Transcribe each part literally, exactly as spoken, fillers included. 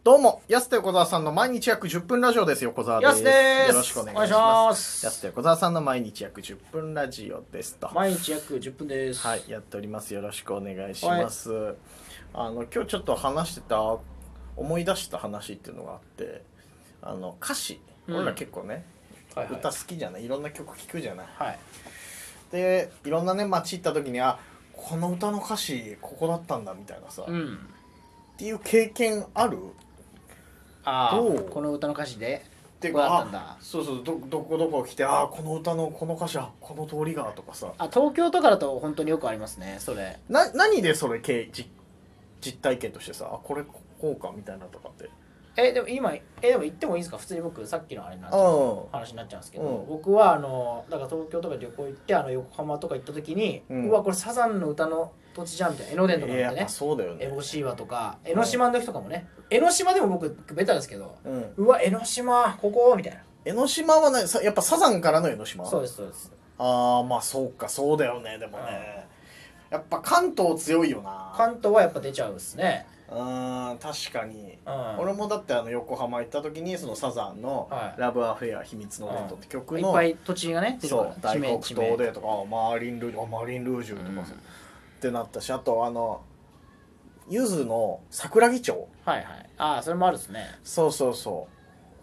どうも、安手横澤さんの毎日約じゅっぷんラジオです。横澤です。 安です。 よろしくお願いします。安手横澤さんの毎日約じゅっぷんラジオですと。 毎日約じゅっぷんです。 はい、やっております。よろしくお願いします。はい、あの今日ちょっと話してた思い出した話っていうのがあって、あの歌詞、うん、俺ら結構ね、はいはい、歌好きじゃない、いろんな曲聴くじゃない。はい、で、いろんなね街行った時にあ、この歌の歌詞ここだったんだみたいなさ、うん、っていう経験ある？ ああ、この歌の歌詞でってこうあったんだ。そうそう、どどこどこ来て、ああこの歌のこの歌詞、あこの通りがとかさ。 あ、東京とかだと本当によくありますね、それ。 な何でそれ実実体験としてさ、あこれこうかみたいなとかって。 えでも今えでも言ってもいいですか？普通に僕さっきのあれになっちゃう話になっちゃうんですけど、うん、僕はあのだから東京とか旅行行ってあの横浜とか行った時に、うん、うわこれサザンの歌の土地じゃんみたいな、江ノ電とかってね、 そうだよね、 エボシーワとか江ノ島の時とかもね、江ノ島でも僕ベタですけど、うん、うわ江ノ島ここみたいな。 江ノ島はねやっぱサザンからの江ノ島。 そうですそうです。 ああまあそうか、そうだよね。でもね、うん、やっぱ関東強いよな。 関東はやっぱ出ちゃうっすね。 うん、確かに、うん、俺もだってあの横浜行った時にそのサザンの「ラブアフェア秘密のデート」って曲の、 うん、いっぱい土地がね出てくるから、大黒島でとかマーリンルージュマーリンルージュとか、うん、ってなったし、あとあのゆずの桜木町、 はいはい、ああそれもあるっすね。 そうそうそう、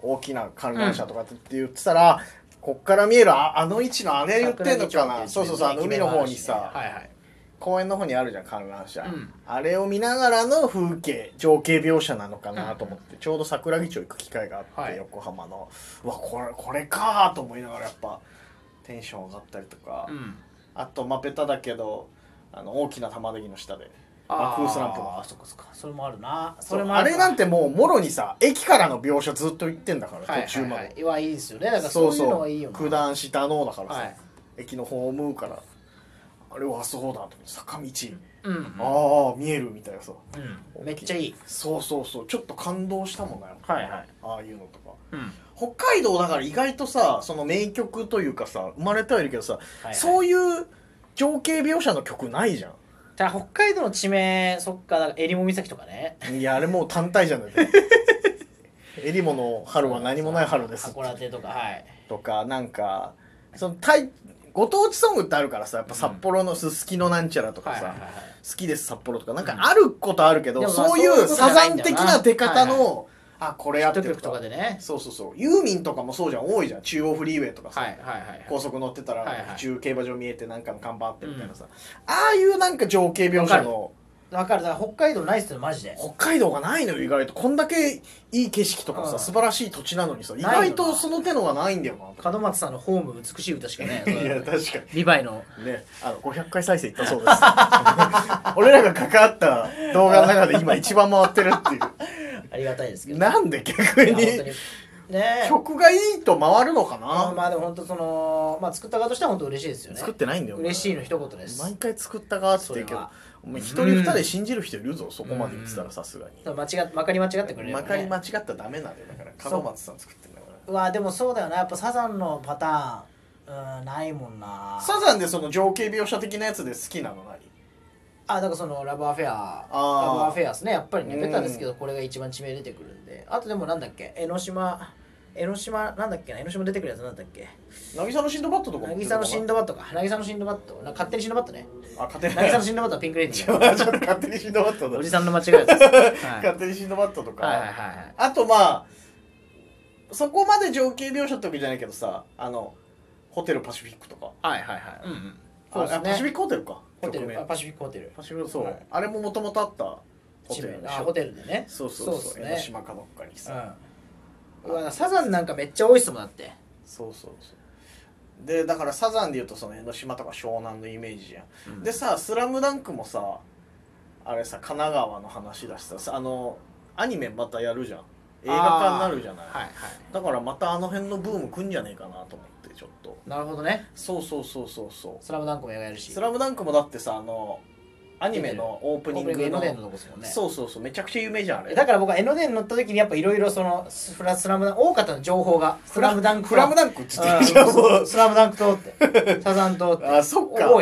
大きな観覧車とかって言ってたら、うん、こっから見える あ, あの位置のあれ言ってんのかな、そうそうそう、あの海の方にさ、はいはい、公園の方にあるじゃん観覧車、うん、あれを見ながらの風景情景描写なのかなと思って、うん、ちょうど桜木町行く機会があって、はい、横浜のうわこれこれかーと思いながらやっぱテンション上がったりとか、うん、あとまあベタだけどあの大きな玉ねぎの下でマクースランプの、 あそこそこ、それもあるな。 それもある。あれなんてもうもろにさ駅からの描写ずっと言ってんだから、はい、途中まで。 いはい、いいですよね。だからそういうのはいいよな。 そうそう、九段下のだからさ、はい、駅の方を向うからあれはそうだと思って、坂道、うんうん、ああ見えるみたいなさ、 うん、めっちゃいい。 そうそうそう、ちょっと感動したもんなよ、 はいはい、 ああいうのとか、うん、北海道だから意外とさその名曲というかさ生まれてはいるけどさ、はいはい、そういう情景描写の曲ないじゃん。 じゃあ北海道の地名、そっか、だから襟裳岬とかね。 いやあれもう単体じゃない襟裳の春は何もない春です函館とか、はい、 とかなんかそのタイご当地ソングってあるからさ、やっぱ札幌のすすきのなんちゃらとかさ、うんはいはいはい、好きです札幌とかなんかあることあるけど、うん、そういうサザン的な出方の、はいはい、あこれやってるとかでね、 そうそうそう、ユーミンとかもそうじゃん、多いじゃん、中央フリーウェイとかさ、はいはいはい、高速乗ってたら、はいはい、府中競馬場見えてなんかの看板あってみたいなさ、うん、ああいうなんか情景描写の分かる、だから北海道ないっすよマジで。 北海道がないのよ意外と。こんだけいい景色とかさ、うん、素晴らしい土地なのにさ、意外とその手のがないんだよな。 門松さんのホーム美しい歌しかねいや確かにリヴァイのね、あのごひゃっかい再生いったそうです俺らが関わった動画の中で今一番回ってるっていうありがたいですけど、 なんで逆にね、曲がいいと回るのかな。 まあ、まあでも本当そのまあ作った側としては本当嬉しいですよね。 作ってないんだよ。 嬉しいの一言です。 毎回作った側って言うけど、お前一人二人信じる人いるぞ、そこまで言ってたらさすがに。 間違っまかり間違ってくれる、ね。 まかり間違ったらダメなんだよ。だから門松さん作ってんだから。 うわでもそうだよな、やっぱサザンのパターン、うん、ないもんな。 サザンでその情景描写的なやつで好きなの何？ あ、だからそのラブアフェア、ラブアフェアですね、やっぱりね、ベタですけどこれが一番地名出てくるんで。あとでもなんだっけ、江ノ島、江ノ島なんだっけな、江ノ島出てくるやつなんだっけ、 渚のシンドバッドとかも。 渚のシンドバッドか、渚のシンドバッド、な勝手にシンドバッドね。 あ、勝手に渚のシンドバッドはピンクレディーちょっと勝手にシンドバッドだ、 おじさんの間違いです、はい、 勝手にシンドバッドとか、 はいはいはいはい、 あとまあそこまで情景描写ってわけじゃないけどさ、あのホテルパシフィックとか、 はいはいはい、うんうん、 そうですね、パシフィックホテルか、 ホテル、あパシフィックホテル、 パシフィック、そう、はい、あれももともとあったホテルでしょ。 あホテルでね、 そうそうそう、江ノ島かどっかにさ、 うん、うわサザンなんかめっちゃ多いっすもんだって。 そうそうそうで、だからサザンでいうとその江ノ島とか湘南のイメージじゃん、うん、でさ、スラムダンクもさあれさ神奈川の話だしさ、あのアニメまたやるじゃん、映画化になるじゃない、はいはい、だからまたあの辺のブーム来んじゃねえかなと思ってちょっと。 なるほどね。 そうそうそうそうそう。 スラムダンクもやるし、 スラムダンクもだってさ、あのアニメのオープニングの江ノ電のとこですもんね。 そうそうそう、めちゃくちゃ有名じゃんあれ。 だから僕は江ノ電乗った時にやっぱいろいろそのスラスラムダンク多かったの情報が。スラムダンクフラムダンクっつってるじゃん。 スラムダンクとってサザンとって。 あ、そっか。 多い。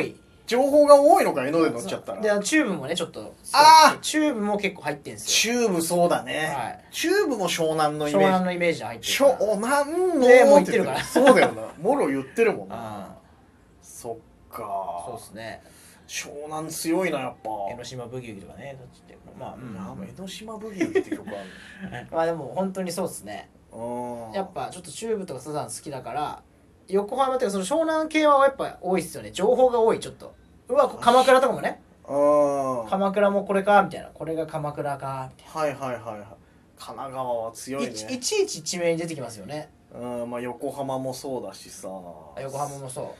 情報が多いのか、江ノ電乗っちゃったら。 でチューブもねちょっと、 あチューブも結構入ってんすよ。 チューブそうだね、はい、チューブも湘南のイメージ、 湘南のイメージ入ってる湘南のでもう言ってるからそうだよな、もろ言ってるもんな。そっか、 そうっすね。 湘南強いなやっぱ。 江ノ島ブギウギとかね、どっちってまあ、うん、 江ノ島ブギウギって曲あるまあでも本当にそうっすね。やっぱちょっとチューブとかサザン好きだから、横浜っていうかその湘南系はやっぱ多いっすよね。情報が多い。ちょっとうわ鎌倉とかもね、鎌倉もこれかみたいな、これが鎌倉かみたいな。はいはいはいはい。神奈川は強いね。 いちいち地名に出てきますよね。 うん、まあ横浜もそうだしさ。 横浜もそう。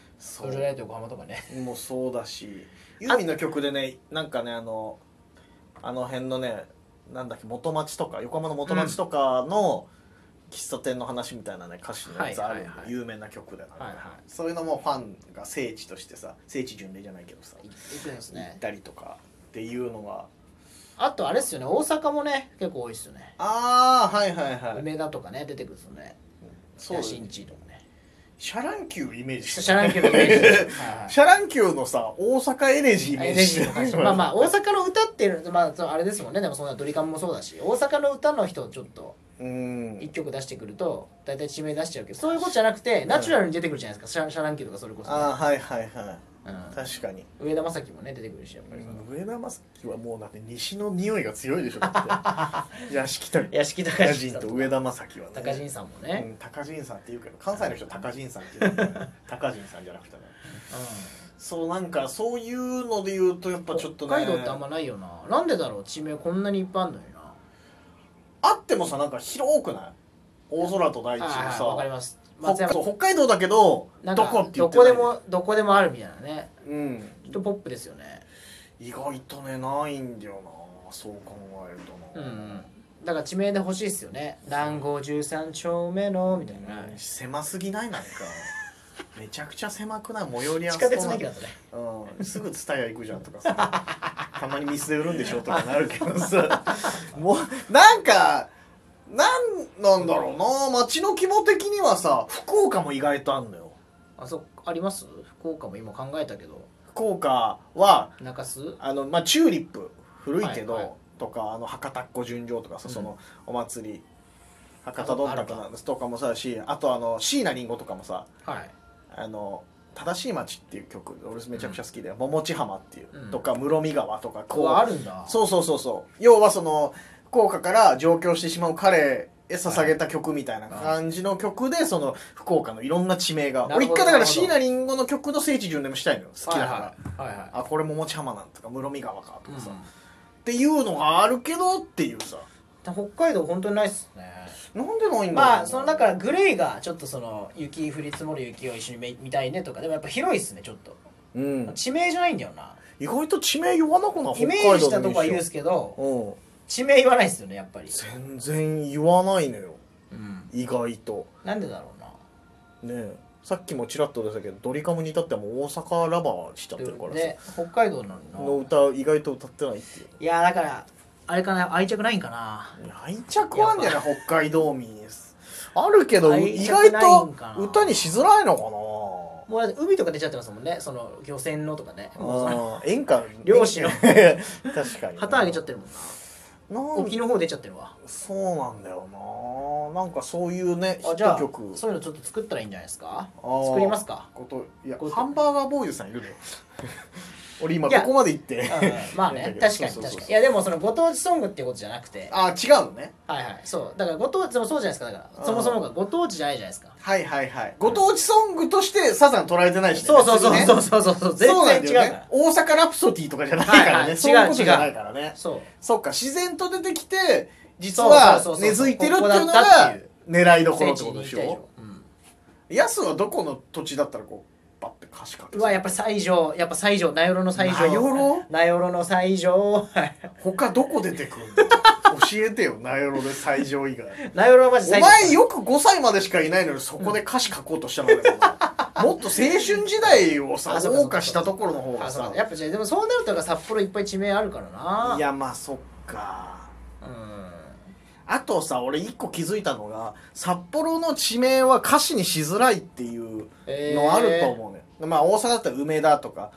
ブルーライト横浜とかね。 もうそうだし、ユーミンの曲でね、なんかね、あのあの辺のね、なんだっけ、元町とか横浜の元町とかの喫茶店の話みたいなね歌詞のやつある、有名な曲で、はいはい、そういうのもファンが聖地としてさ、聖地巡礼じゃないけどさ、 行くんですね、 行ったりとかっていうのが。 あとあれっすよね、大阪もね結構多いっすよね。 ああはいはいはい。 梅田とかね出てくるんですよね。そうですね。新地とかね。 シャランキューイメージして、 シャランキューのイメージはい、 シャランキューのさ大阪エレジーイメージしてまあまあ大阪の歌っていうのまああれですもんね。でもそんなドリカムもそうだし、大阪の歌の人をちょっと一曲出してくると大体地名出しちゃうけど、そういうことじゃなくてナチュラルに出てくるじゃないですか、うん、シャランキューとかそれこそ、ね、 ああはいはいはい、うん、確かに上田正樹もね出てくるし、やっぱり、 うん、上田正樹はもうだって西の匂いが強いでしょだって屋敷と屋敷高人と上田正樹はね、 高人さんもね、 うん、高人さんって言うけど関西の人高人さんって言うから、ね、高人さんじゃなくてね、うん、そうなんかそういうので言うとやっぱちょっとね、 北海道ってあんまないよな。なんでだろう、地名こんなにいっぱいあるのにな。 あってもさ、なんか広くない？大空と大地のさ、 わかります。 北海道だけどどこって言ってない、どこでもどこでもあるみたいなね。 うん。 ちょっとポップですよね。 意外とねないんだよな、そう考えるとな。 うん。だから地名で欲しいですよね。南郷じゅうさん丁目のみたいな。 狭すぎない？なんかめちゃくちゃ狭くない？最寄りは地下鉄の駅だとね。 うん。すぐ蔦屋行くじゃんとかさ。たまにミスで売るんでしょとかなるけどさ。もうなんか。なんなんだろうな、街の規模的にはさ、福岡も意外とあんのよ。 あ、そうあります？福岡も今考えたけど、 福岡は中洲あの、まあ、チューリップ古いけど、はいはい、とかあの博多っ子純情とかさ、うん、そのお祭り博多どんたくなんですとかもそうだし、あとあの椎名林檎とかもさ、はい、あの正しい街っていう曲俺めちゃくちゃ好きで、うん、桃地浜っていう、うん、とか室見川とかこうあるんだ。 そうそうそうそう、要はその福岡から上京してしまう彼へ捧げた曲みたいな感じの曲で、その福岡のいろんな地名が、俺一回だから椎名林檎の曲の聖地巡礼もしたいのよ、好きだから、はいはいはいはい、あこれ桃地浜なんとか室見川かとかさ、うん、っていうのがあるけどっていうさ、 北海道本当にないっすね。 なんでないんだろう。 まあそのだからグレイがちょっとその雪降り積もる雪を一緒に見たいねとか、でもやっぱ広いっすねちょっと、うん、地名じゃないんだよな。 意外と地名言わなくない？ イメージしたとこは言うんですけど、うん、地名言わないですよねやっぱり。 全然言わないのよ、うん、意外と。 なんでだろうな。ねえ、さっきもちらっと出たけどドリカムに至ってはもう大阪ラバーしちゃってるからさ、 ね、北海道なの歌意外と歌ってないっていう。 いやだからあれかな、愛着ないんかな。 愛着はあんじゃない北海道民あるけど意外と歌にしづらいのかな。 もう海とか出ちゃってますもんね、その漁船のとかね。 あ演歌漁師の確かに旗あげちゃってるもんな。沖の方出ちゃってるわ。 そうなんだよな。なんかそういうねヒット曲、そういうのちょっと作ったらいいんじゃないですか。作りますか。 こといやハンバーガーボーイズさんいるのよ俺今ここまで行ってまあね確かに確かに。いやでもそのご当地ソングっていうことじゃなくて、 あ違うのね。 はいはい、そうだからご当地もそうじゃないですか。だからそもそもがご当地じゃないじゃないですか。 はいはいはい、ご当地ソングとしてサザン捉えてないしね。 そうそうそうそうそうそうそう、全然違うから。 大阪ラプソディとかじゃないからね。そういうことじゃないからね。そうそっか、自然と出てきて実は根付いてるっていうのが狙いどころってことでしょ。ヤスはどこの土地だったらこうバッて歌詞書く。 うわやっぱ西条、やっぱ西条、名寄の西条、 名寄名寄の西条他どこ出てくるの教えてよ、名寄で西条以外。 名寄はマジ西条。お前よくごさいまでしかいないのにそこで歌詞書こうとしたのだよなもっと青春時代をさ謳歌したところの方がさ。 やっぱじゃでもそうなると札幌いっぱい地名あるからな。 いやまあそっか。うんあとさ、俺一個気づいたのが札幌の地名は歌詞にしづらいっていうのあると思うね、えー、まあ大阪だったら梅田とか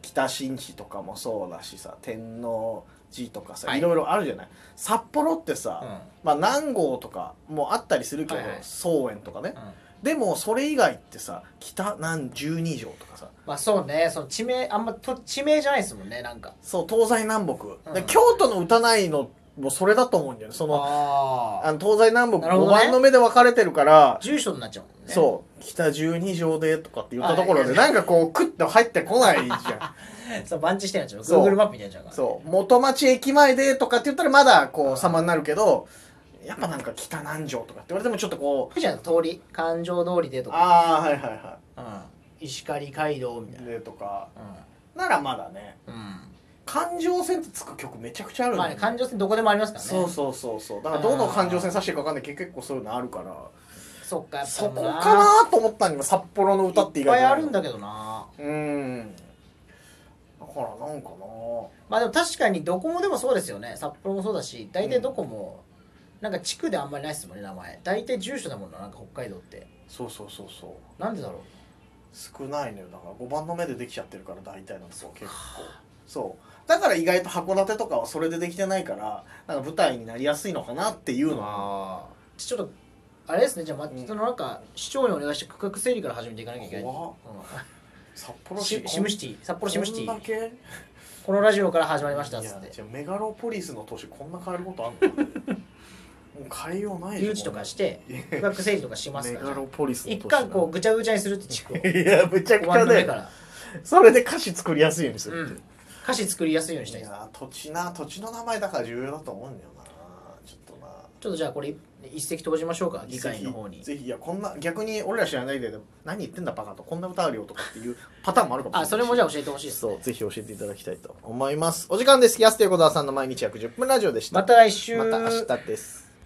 北新地とかもそうだしさ、天王寺とかさ、 はいいろいろあるじゃない。札幌ってさ、 うんまあ南郷とかもあったりするけど、 はいはい草園とかね、 うんでもそれ以外ってさ、北南十二条とかさ、 まあそうね、その地名あんまと地名じゃないですもんね、なんか。 そう東西南北、 うんで京都の歌ないのもそれだと思うんだよね。そのあああの東西南北なるほどねごばんの目で分かれてるから、 住所になっちゃうもんね。 そう北十二条でとかって言ったところではいなんかこうクッと入ってこないじゃん。 そう番地してなっちゃう。 そう Google マップみたいになっちゃうから。 そう元町駅前でとかって言ったらまだこう様になるけど、やっぱなんか北南条とかって言われてもちょっとこう、 じゃあ通り環状通りでとか、 ああはいはいはうん、石狩街道みたいいな。 でとかうならまだね、 ん。うん環状線ってつく曲めちゃくちゃあるんまあね、環状線どこでもありますからね。 そうそうそうそう、だからどの環状線指していいか分かんないけど結構そういうのあるから、 そっか、やっぱそこかなと思ったんにも札幌の歌って意いっぱい外とあるんだけどな。 うんだからなんかな、 まあでも確かにどこもでもそうですよね。札幌もそうだし、大体どこも、なんか地区であんまりないっすもんね、名前。大体住所だもんな、なんか北海道って。 そうそうそうそうなんでだろう。 少ないのよ。だからごばんの目でできちゃってるから大体のとこ結構そうだから意外と函館とかはそれでできてないからなんか舞台になりやすいのかなっていうのは、 ああ。ちょっと、あれですね、じゃあ、ま、そのなんか、市長にお願いして区画整理から始めていかなきゃいけない。 怖っう札幌ん、 市シシムシティ、札幌シムシティ。 こんだけこのラジオから始まりましたっいやつって。 じゃあメガロポリスの都市こんな変えることあんのもう変えようない誘致とかして区画整理とかしますからメガロポリスの都市一貫こうぐちゃぐちゃにするって地区をいやめちゃくちゃね終わる目から、 それで歌詞作りやすいようにするって、 うん、歌詞作りやすいようにしたいです。 いや土地な土地の名前だから重要だと思うんだよな。ちょっとなちょっとじゃあこれ一石投じましょうか、議会の方に。 ぜひぜひいやこんな逆に俺ら知らないで何言ってんだバカとこんな歌あるよとかっていうパターンもあるかもしれない。 あ、それもじゃあ教えてほしいです、ね、 そうぜひ教えていただきたいと思います。お時間です。安手横澤さんの毎日約じゅっぷんラジオでした。 また来週。 また明日です。